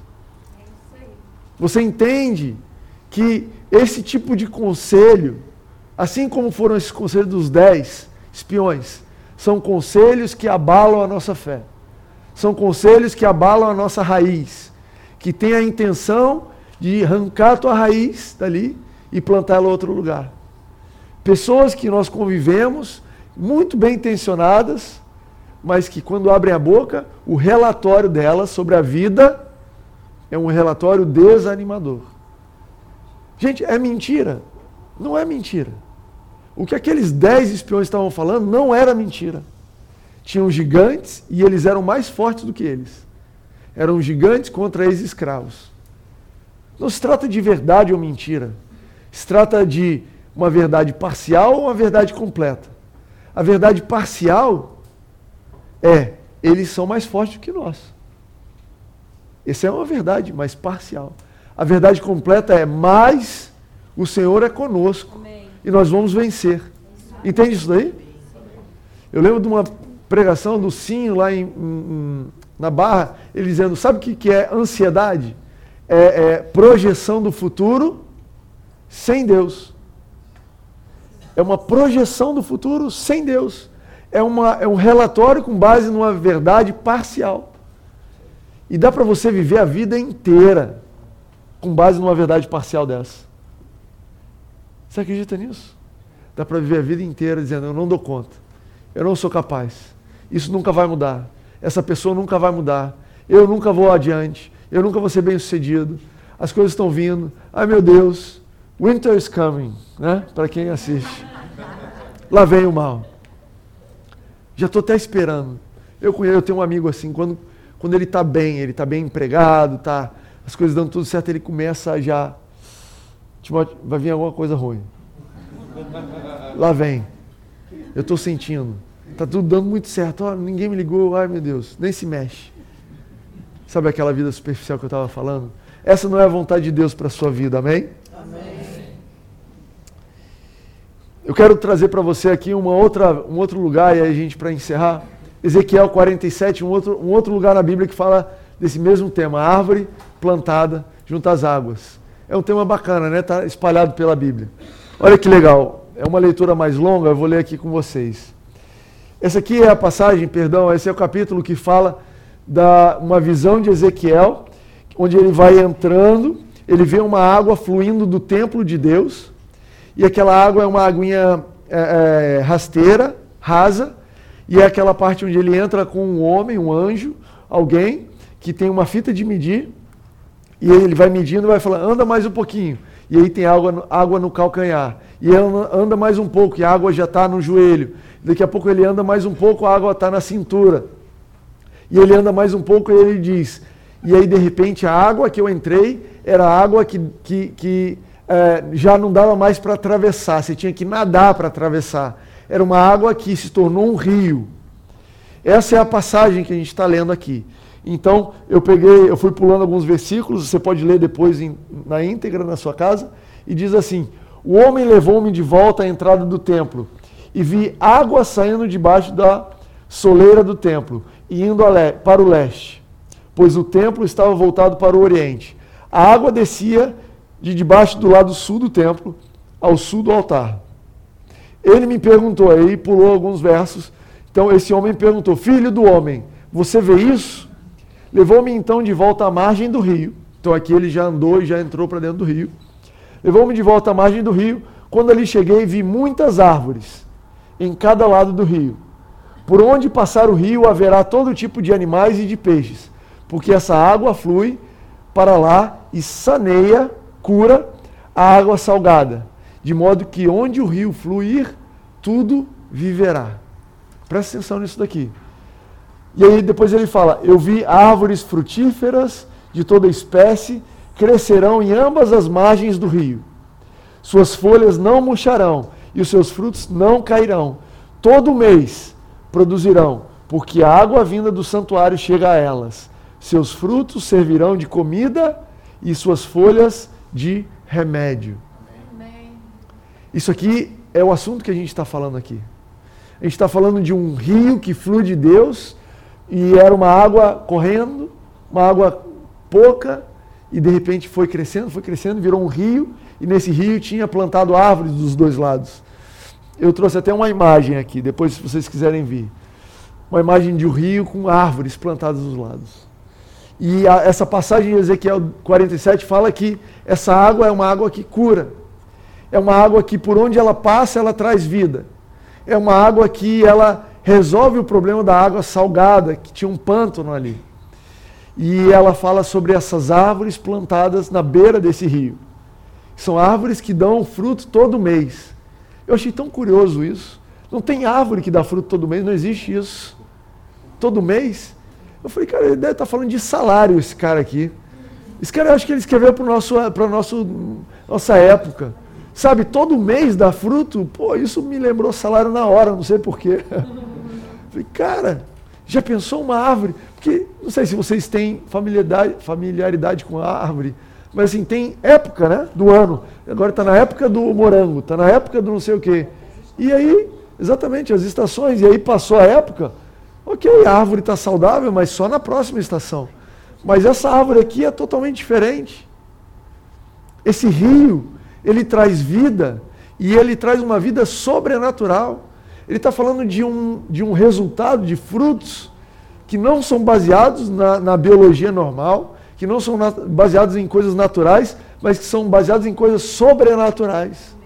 Você entende que esse tipo de conselho, assim como foram esses conselhos dos 10 espiões, são conselhos que abalam a nossa fé. São conselhos que abalam a nossa raiz, que tem a intenção de arrancar a tua raiz dali e plantá-la em outro lugar. Pessoas que nós convivemos, muito bem intencionadas, mas que quando abrem a boca, o relatório delas sobre a vida é um relatório desanimador. Gente, é mentira? Não é mentira. O que aqueles 10 espiões estavam falando não era mentira. Tinham gigantes e eles eram mais fortes do que eles. Eram gigantes contra ex-escravos. Não se trata de verdade ou mentira. Se trata de uma verdade parcial ou uma verdade completa. A verdade parcial é, eles são mais fortes do que nós. Essa é uma verdade, mas parcial. A verdade completa é, mas o Senhor é conosco. Amém. E nós vamos vencer. Entende isso daí? Eu lembro de uma pregação do Sinho lá na Barra, ele dizendo, sabe o que é ansiedade? É projeção do futuro sem Deus. É uma projeção do futuro sem Deus. É um relatório com base numa verdade parcial. E dá para você viver a vida inteira com base numa verdade parcial dessa. Você acredita nisso? Dá para viver a vida inteira dizendo, eu não dou conta. Eu não sou capaz. Isso nunca vai mudar. Essa pessoa nunca vai mudar. Eu nunca vou adiante. Eu nunca vou ser bem sucedido. As coisas estão vindo. Ai meu Deus, winter is coming, né? Para quem assiste. Lá vem o mal. Já estou até esperando. Eu tenho um amigo assim, quando ele está bem empregado, as coisas dando tudo certo, ele começa a já... Timóteo, vai vir alguma coisa ruim. Lá vem. Eu estou sentindo. Está tudo dando muito certo. Ninguém me ligou, ai meu Deus, nem se mexe. Sabe aquela vida superficial que eu estava falando? Essa não é a vontade de Deus para a sua vida, amém? Amém. Eu quero trazer para você aqui um outro lugar, e aí a gente, para encerrar, Ezequiel 47, um outro lugar na Bíblia que fala desse mesmo tema, a árvore plantada junto às águas. É um tema bacana, né? Está espalhado pela Bíblia. Olha que legal, é uma leitura mais longa, eu vou ler aqui com vocês. Essa aqui é a passagem, esse é o capítulo que fala uma visão de Ezequiel, onde ele vai entrando, ele vê uma água fluindo do templo de Deus, e aquela água é uma aguinha rasteira, rasa, e é aquela parte onde ele entra com um homem, um anjo, alguém que tem uma fita de medir, e ele vai medindo e vai falando, anda mais um pouquinho, e aí tem água no calcanhar, e ele anda mais um pouco, e a água já está no joelho, daqui a pouco ele anda mais um pouco, a água está na cintura, e ele anda mais um pouco e ele diz, e aí de repente a água que eu entrei era água que já não dava mais para atravessar, você tinha que nadar para atravessar. Era uma água que se tornou um rio. Essa é a passagem que a gente está lendo aqui. Então, eu fui pulando alguns versículos, você pode ler depois na íntegra na sua casa, e diz assim, o homem levou-me de volta à entrada do templo, e vi água saindo debaixo da soleira do templo, e indo para o leste, pois o templo estava voltado para o oriente. A água descia de debaixo do lado sul do templo, ao sul do altar. Ele me perguntou, aí pulou alguns versos. Então esse homem perguntou, filho do homem, você vê isso? Levou-me então de volta à margem do rio. Então aqui ele já andou e já entrou para dentro do rio. Levou-me de volta à margem do rio. Quando ali cheguei, vi muitas árvores em cada lado do rio. Por onde passar o rio haverá todo tipo de animais e de peixes, porque essa água flui para lá e saneia, cura a água salgada, de modo que onde o rio fluir, tudo viverá. Presta atenção nisso daqui. E aí depois ele fala, eu vi árvores frutíferas de toda espécie, crescerão em ambas as margens do rio. Suas folhas não murcharão e os seus frutos não cairão. Todo mês produzirão, porque a água vinda do santuário chega a elas. Seus frutos servirão de comida e suas folhas de remédio. Amém. Isso aqui é o assunto que a gente está falando aqui. A gente está falando de um rio que flui de Deus e era uma água correndo, uma água pouca, e de repente foi crescendo, virou um rio, e nesse rio tinha plantado árvores dos dois lados. Eu trouxe até uma imagem aqui, depois se vocês quiserem ver. Uma imagem de um rio com árvores plantadas dos lados. E essa passagem de Ezequiel 47 fala que essa água é uma água que cura. É uma água que por onde ela passa, ela traz vida. É uma água que ela resolve o problema da água salgada, que tinha um pântano ali. E ela fala sobre essas árvores plantadas na beira desse rio. São árvores que dão fruto todo mês. Eu achei tão curioso isso. Não tem árvore que dá fruto todo mês, não existe isso. Todo mês. Eu falei, cara, ele deve estar falando de salário, esse cara aqui. Esse cara, eu acho que ele escreveu para nossa época. Sabe, todo mês dá fruto. Pô, isso me lembrou salário na hora, não sei porquê. Falei, cara, já pensou uma árvore? Porque, não sei se vocês têm familiaridade com a árvore, mas assim, tem época, né, do ano. Agora está na época do morango, está na época do não sei o quê. E aí, exatamente, as estações, e aí passou a época, ok, a árvore está saudável, mas só na próxima estação. Mas essa árvore aqui é totalmente diferente. Esse rio, ele traz vida, e ele traz uma vida sobrenatural. Ele está falando de um resultado de frutos que não são baseados na biologia normal, que não são baseados em coisas naturais, mas que são baseados em coisas sobrenaturais.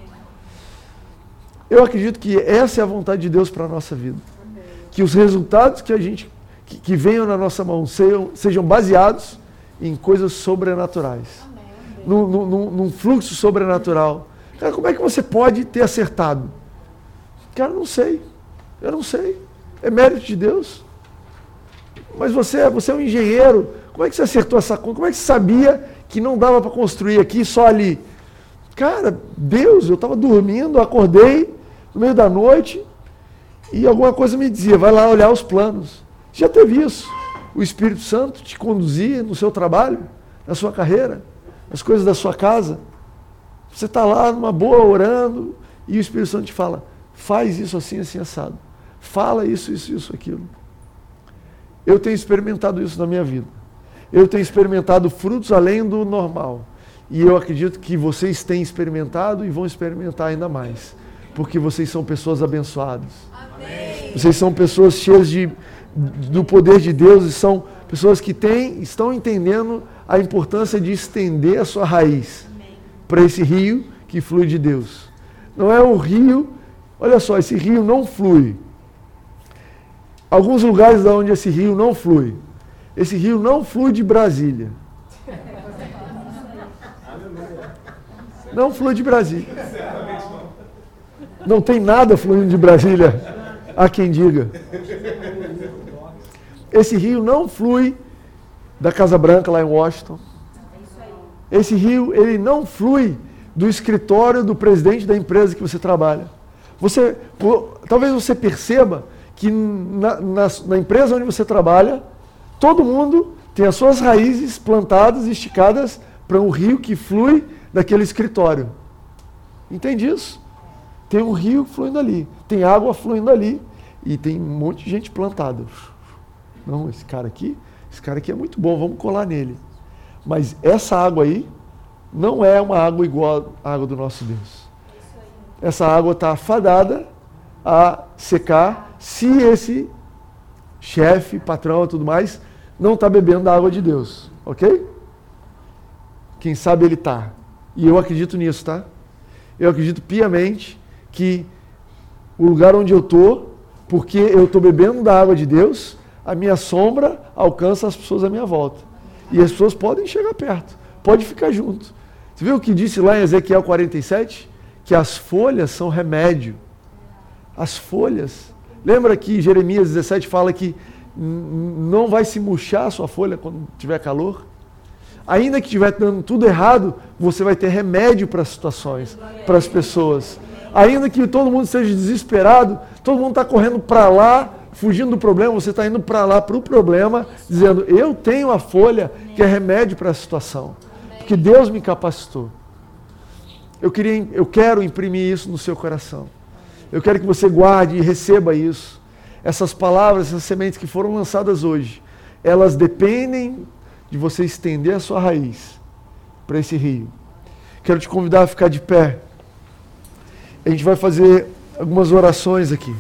Eu acredito que essa é a vontade de Deus para a nossa vida. Que os resultados que venham na nossa mão sejam baseados em coisas sobrenaturais. Num fluxo sobrenatural. Cara, como é que você pode ter acertado? Cara, não sei. Eu não sei. É mérito de Deus. Mas você é um engenheiro. Como é que você acertou essa conta? Como é que você sabia que não dava para construir aqui, só ali? Cara, Deus, eu estava dormindo, acordei no meio da noite e alguma coisa me dizia, vai lá olhar os planos. Já teve isso? O Espírito Santo te conduzia no seu trabalho, na sua carreira, nas coisas da sua casa. Você está lá numa boa orando e o Espírito Santo te fala, faz isso assim, assim, assado. Fala isso, isso, isso, aquilo. Eu tenho experimentado isso na minha vida. Eu tenho experimentado frutos além do normal. E eu acredito que vocês têm experimentado e vão experimentar ainda mais. Porque vocês são pessoas abençoadas. Amém. Vocês são pessoas cheias do poder de Deus e são pessoas que estão entendendo a importância de estender a sua raiz para esse rio que flui de Deus. Não é um rio, olha só, esse rio não flui. Alguns lugares onde esse rio não flui. Esse rio não flui de Brasília. Não flui de Brasília. Não tem nada fluindo de Brasília, há quem diga. Esse rio não flui da Casa Branca lá em Washington. Esse rio, ele não flui do escritório do presidente da empresa que você trabalha. Talvez você perceba que na empresa onde você trabalha, todo mundo tem as suas raízes plantadas e esticadas para um rio que flui daquele escritório. Entende isso? Tem um rio fluindo ali, tem água fluindo ali e tem um monte de gente plantada. Não, esse cara aqui é muito bom, vamos colar nele. Mas essa água aí não é uma água igual à água do nosso Deus. Essa água está fadada a secar se esse chefe, patrão e tudo mais não está bebendo da água de Deus, ok? Quem sabe ele está. E eu acredito nisso, tá? Eu acredito piamente que o lugar onde eu estou, porque eu estou bebendo da água de Deus, a minha sombra alcança as pessoas à minha volta. E as pessoas podem chegar perto, pode ficar junto. Você viu o que disse lá em Ezequiel 47? Que as folhas são remédio. As folhas. Lembra que Jeremias 17 fala que não vai se murchar a sua folha quando tiver calor? Ainda que estiver dando tudo errado, você vai ter remédio para as situações, para as pessoas. Ainda que todo mundo esteja desesperado, todo mundo está correndo para lá, fugindo do problema, você está indo para lá, para o problema, dizendo, eu tenho a folha que é remédio para a situação. Porque Deus me capacitou. Eu quero imprimir isso no seu coração. Eu quero que você guarde e receba isso. Essas palavras, essas sementes que foram lançadas hoje, elas dependem de você estender a sua raiz para esse rio. Quero te convidar a ficar de pé. A gente vai fazer algumas orações aqui.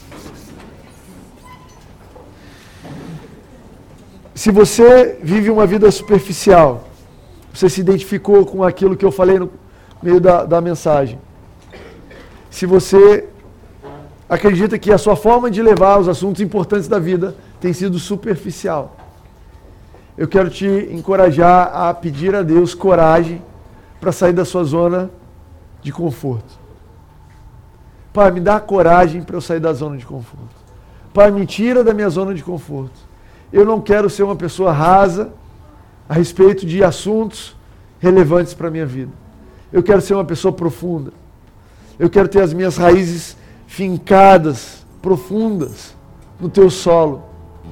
Se você vive uma vida superficial, você se identificou com aquilo que eu falei no meio da mensagem. Se você acredita que a sua forma de levar os assuntos importantes da vida tem sido superficial, eu quero te encorajar a pedir a Deus coragem para sair da sua zona de conforto. Pai, me dá coragem para eu sair da zona de conforto. Pai, me tira da minha zona de conforto. Eu não quero ser uma pessoa rasa a respeito de assuntos relevantes para a minha vida. Eu quero ser uma pessoa profunda. Eu quero ter as minhas raízes fincadas, profundas, no teu solo.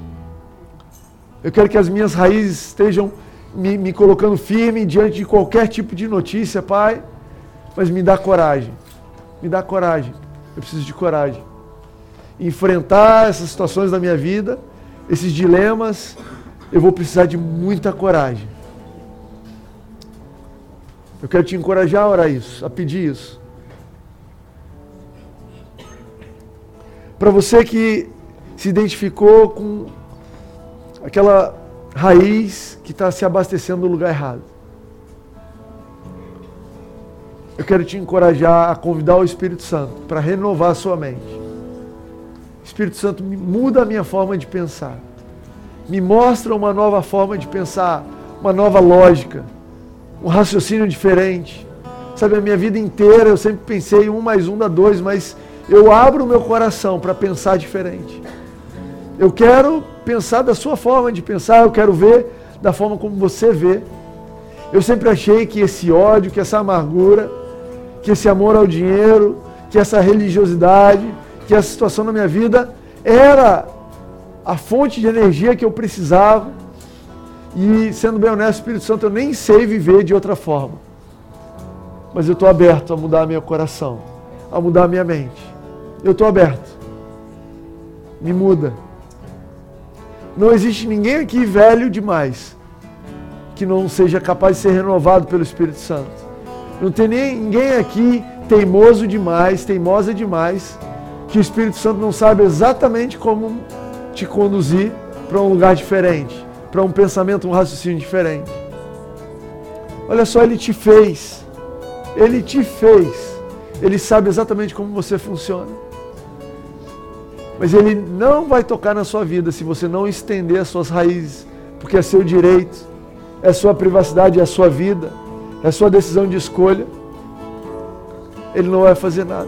Eu quero que as minhas raízes estejam me colocando firme diante de qualquer tipo de notícia, Pai. Mas me dá coragem. Me dá coragem. Eu preciso de coragem. Enfrentar essas situações da minha vida, esses dilemas, eu vou precisar de muita coragem. Eu quero te encorajar a orar isso, a pedir isso. Para você que se identificou com aquela raiz que está se abastecendo no lugar errado, eu quero te encorajar a convidar o Espírito Santo para renovar a sua mente. Espírito Santo, muda a minha forma de pensar. Me mostra uma nova forma de pensar, uma nova lógica, um raciocínio diferente. Sabe, a minha vida inteira eu sempre pensei 1 mais 1 dá 2, mas eu abro o meu coração para pensar diferente. Eu quero pensar da sua forma de pensar, eu quero ver da forma como você vê. Eu sempre achei que esse ódio, que essa amargura, que esse amor ao dinheiro, que essa religiosidade, que essa situação na minha vida era a fonte de energia que eu precisava. E, sendo bem honesto, Espírito Santo, eu nem sei viver de outra forma. Mas eu estou aberto a mudar meu coração, a mudar minha mente. Eu estou aberto. Me muda. Não existe ninguém aqui velho demais que não seja capaz de ser renovado pelo Espírito Santo. Não tem ninguém aqui teimoso demais, teimosa demais, que o Espírito Santo não sabe exatamente como te conduzir para um lugar diferente, para um pensamento, um raciocínio diferente. Olha só, Ele te fez. Ele te fez. Ele sabe exatamente como você funciona. Mas Ele não vai tocar na sua vida se você não estender as suas raízes, porque é seu direito, é sua privacidade, é a sua vida, é a sua decisão de escolha. Ele não vai fazer nada.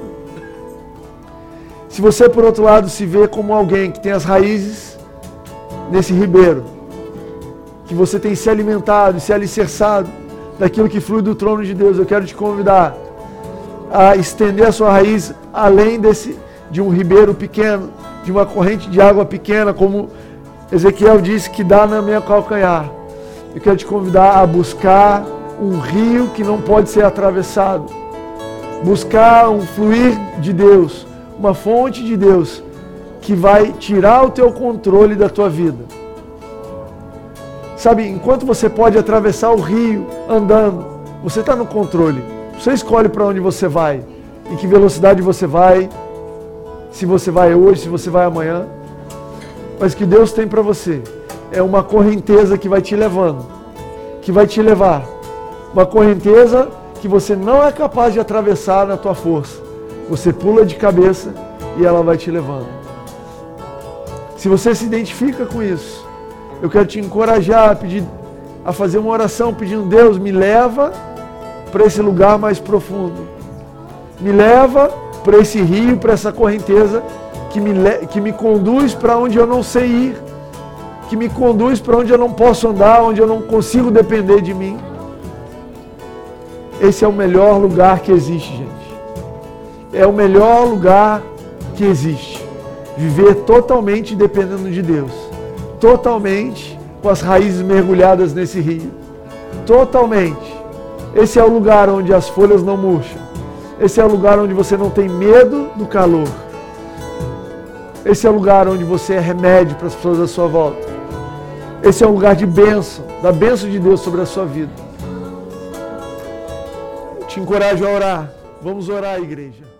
Se você, por outro lado, se vê como alguém que tem as raízes nesse ribeiro, que você tem se alimentado e se alicerçado daquilo que flui do trono de Deus, eu quero te convidar a estender a sua raiz além de um ribeiro pequeno, de uma corrente de água pequena, como Ezequiel disse que dá na minha calcanhar. Eu quero te convidar a buscar um rio que não pode ser atravessado, buscar um fluir de Deus, uma fonte de Deus que vai tirar o teu controle da tua vida. Sabe, enquanto você pode atravessar o rio andando, Você está no controle. Você escolhe para onde você vai, em que velocidade você vai, se você vai hoje, se você vai amanhã. Mas o que Deus tem para você é uma correnteza que vai te levando, que vai te levar. Uma correnteza que você não é capaz de atravessar na tua força. Você pula de cabeça e ela vai te levando. Se você se identifica com isso, eu quero te encorajar a fazer uma oração pedindo: Deus, me leva para esse lugar mais profundo. Me leva para esse rio, para essa correnteza que me conduz para onde eu não sei ir, que me conduz para onde eu não posso andar, onde eu não consigo depender de mim. Esse é o melhor lugar que existe, gente. É o melhor lugar que existe. Viver totalmente dependendo de Deus. Totalmente com as raízes mergulhadas nesse rio. Totalmente. Esse é o lugar onde as folhas não murcham. Esse é o lugar onde você não tem medo do calor. Esse é o lugar onde você é remédio para as pessoas à sua volta. Esse é um lugar de bênção, da bênção de Deus sobre a sua vida. Te encorajo a orar. Vamos orar, igreja.